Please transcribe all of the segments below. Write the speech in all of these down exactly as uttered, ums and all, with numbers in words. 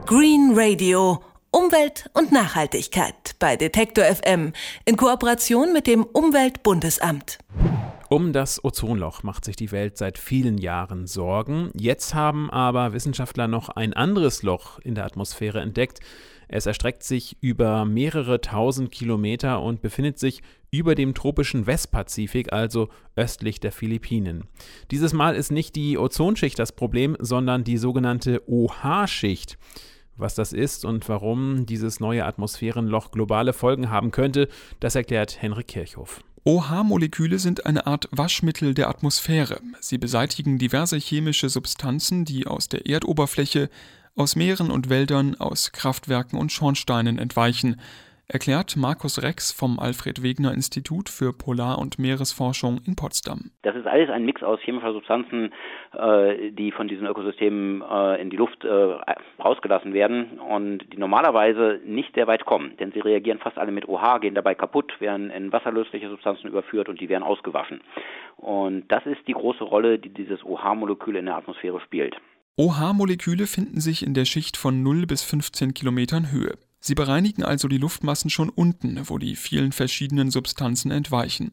Green Radio. Umwelt und Nachhaltigkeit bei Detektor F M in Kooperation mit dem Umweltbundesamt. Um das Ozonloch macht sich die Welt seit vielen Jahren Sorgen. Jetzt haben aber Wissenschaftler noch ein anderes Loch in der Atmosphäre entdeckt. Es erstreckt sich über mehrere tausend Kilometer und befindet sich über dem tropischen Westpazifik, also östlich der Philippinen. Dieses Mal ist nicht die Ozonschicht das Problem, sondern die sogenannte O H-Schicht. Was das ist und warum dieses neue Atmosphärenloch globale Folgen haben könnte, das erklärt Henrik Kirchhoff. O H-Moleküle sind eine Art Waschmittel der Atmosphäre. Sie beseitigen diverse chemische Substanzen, die aus der Erdoberfläche, aus Meeren und Wäldern, aus Kraftwerken und Schornsteinen entweichen, erklärt Markus Rex vom Alfred-Wegener-Institut für Polar- und Meeresforschung in Potsdam. Das ist alles ein Mix aus chemischer Substanzen, äh, die von diesen Ökosystemen äh, in die Luft äh, rausgelassen werden und die normalerweise nicht sehr weit kommen, denn sie reagieren fast alle mit O H, gehen dabei kaputt, werden in wasserlösliche Substanzen überführt und die werden ausgewaschen. Und das ist die große Rolle, die dieses O H-Molekül in der Atmosphäre spielt. O H-Moleküle finden sich in der Schicht von null bis fünfzehn Kilometern Höhe. Sie bereinigen also die Luftmassen schon unten, wo die vielen verschiedenen Substanzen entweichen.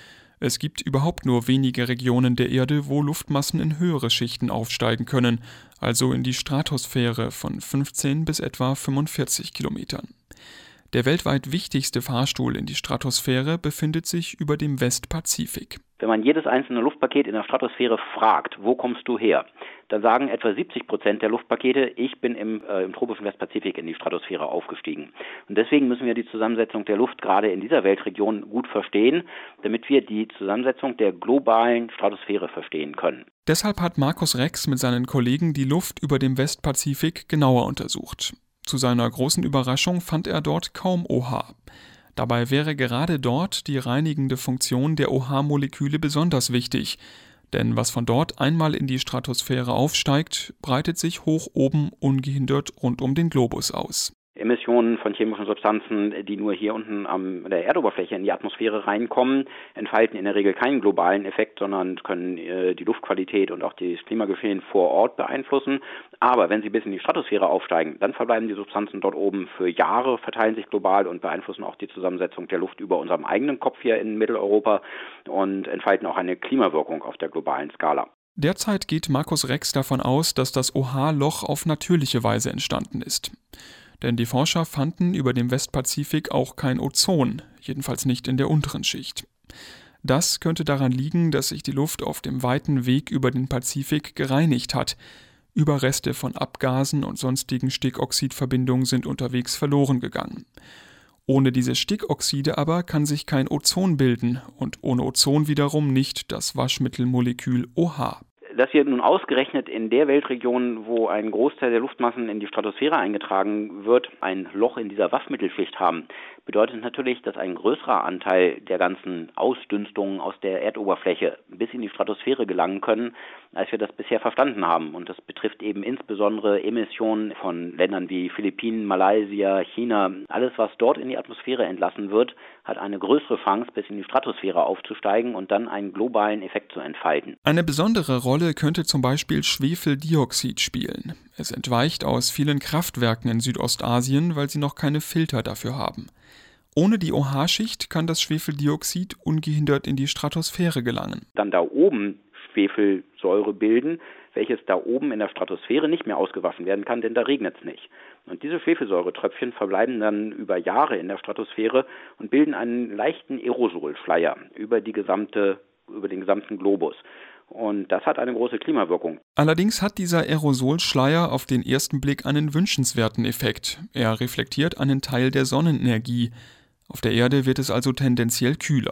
Es gibt überhaupt nur wenige Regionen der Erde, wo Luftmassen in höhere Schichten aufsteigen können, also in die Stratosphäre von fünfzehn bis etwa fünfundvierzig Kilometern. Der weltweit wichtigste Fahrstuhl in die Stratosphäre befindet sich über dem Westpazifik. Wenn man jedes einzelne Luftpaket in der Stratosphäre fragt, wo kommst du her, dann sagen etwa siebzig Prozent der Luftpakete, ich bin im, äh, im tropischen Westpazifik in die Stratosphäre aufgestiegen. Und deswegen müssen wir die Zusammensetzung der Luft gerade in dieser Weltregion gut verstehen, damit wir die Zusammensetzung der globalen Stratosphäre verstehen können. Deshalb hat Markus Rex mit seinen Kollegen die Luft über dem Westpazifik genauer untersucht. Zu seiner großen Überraschung fand er dort kaum O H. Dabei wäre gerade dort die reinigende Funktion der O H-Moleküle besonders wichtig. Denn was von dort einmal in die Stratosphäre aufsteigt, breitet sich hoch oben ungehindert rund um den Globus aus. Emissionen von chemischen Substanzen, die nur hier unten an der Erdoberfläche in die Atmosphäre reinkommen, entfalten in der Regel keinen globalen Effekt, sondern können äh, die Luftqualität und auch das Klimageschehen vor Ort beeinflussen. Aber wenn sie bis in die Stratosphäre aufsteigen, dann verbleiben die Substanzen dort oben für Jahre, verteilen sich global und beeinflussen auch die Zusammensetzung der Luft über unserem eigenen Kopf hier in Mitteleuropa und entfalten auch eine Klimawirkung auf der globalen Skala. Derzeit geht Markus Rex davon aus, dass das O H-Loch auf natürliche Weise entstanden ist. Denn die Forscher fanden über dem Westpazifik auch kein Ozon, jedenfalls nicht in der unteren Schicht. Das könnte daran liegen, dass sich die Luft auf dem weiten Weg über den Pazifik gereinigt hat. Überreste von Abgasen und sonstigen Stickoxidverbindungen sind unterwegs verloren gegangen. Ohne diese Stickoxide aber kann sich kein Ozon bilden und ohne Ozon wiederum nicht das Waschmittelmolekül O H. Dass wir nun ausgerechnet in der Weltregion, wo ein Großteil der Luftmassen in die Stratosphäre eingetragen wird, ein Loch in dieser Waschmittelschicht haben, bedeutet natürlich, dass ein größerer Anteil der ganzen Ausdünstungen aus der Erdoberfläche bis in die Stratosphäre gelangen können, als wir das bisher verstanden haben. Und das betrifft eben insbesondere Emissionen von Ländern wie Philippinen, Malaysia, China. Alles, was dort in die Atmosphäre entlassen wird, hat eine größere Chance, bis in die Stratosphäre aufzusteigen und dann einen globalen Effekt zu entfalten. Eine besondere Rolle könnte zum Beispiel Schwefeldioxid spielen. Es entweicht aus vielen Kraftwerken in Südostasien, weil sie noch keine Filter dafür haben. Ohne die O H-Schicht kann das Schwefeldioxid ungehindert in die Stratosphäre gelangen. Dann da oben Schwefelsäure bilden, welches da oben in der Stratosphäre nicht mehr ausgewaschen werden kann, denn da regnet es nicht. Und diese Schwefelsäuretröpfchen verbleiben dann über Jahre in der Stratosphäre und bilden einen leichten Aerosolschleier über die gesamte, über den gesamten Globus. Und das hat eine große Klimawirkung. Allerdings hat dieser Aerosolschleier auf den ersten Blick einen wünschenswerten Effekt. Er reflektiert einen Teil der Sonnenenergie. Auf der Erde wird es also tendenziell kühler.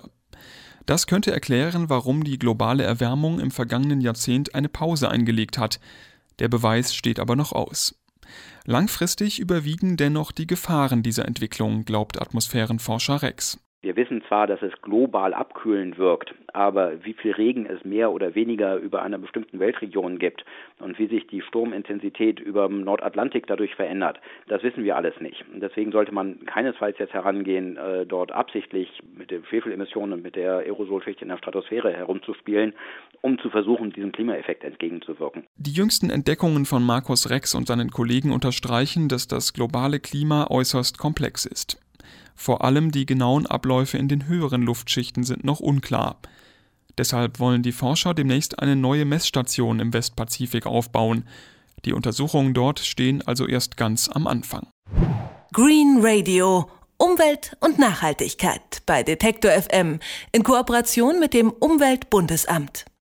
Das könnte erklären, warum die globale Erwärmung im vergangenen Jahrzehnt eine Pause eingelegt hat. Der Beweis steht aber noch aus. Langfristig überwiegen dennoch die Gefahren dieser Entwicklung, glaubt Atmosphärenforscher Rex. Wir wissen zwar, dass es global abkühlend wirkt, aber wie viel Regen es mehr oder weniger über einer bestimmten Weltregion gibt und wie sich die Sturmintensität über dem Nordatlantik dadurch verändert, das wissen wir alles nicht. Und deswegen sollte man keinesfalls jetzt herangehen, äh, dort absichtlich mit den Schwefelemissionen und mit der Aerosolschicht in der Stratosphäre herumzuspielen, um zu versuchen, diesem Klimaeffekt entgegenzuwirken. Die jüngsten Entdeckungen von Markus Rex und seinen Kollegen unterstreichen, dass das globale Klima äußerst komplex ist. Vor allem die genauen Abläufe in den höheren Luftschichten sind noch unklar. Deshalb wollen die Forscher demnächst eine neue Messstation im Westpazifik aufbauen. Die Untersuchungen dort stehen also erst ganz am Anfang. Green Radio. Umwelt und Nachhaltigkeit bei Detektor F M in Kooperation mit dem Umweltbundesamt.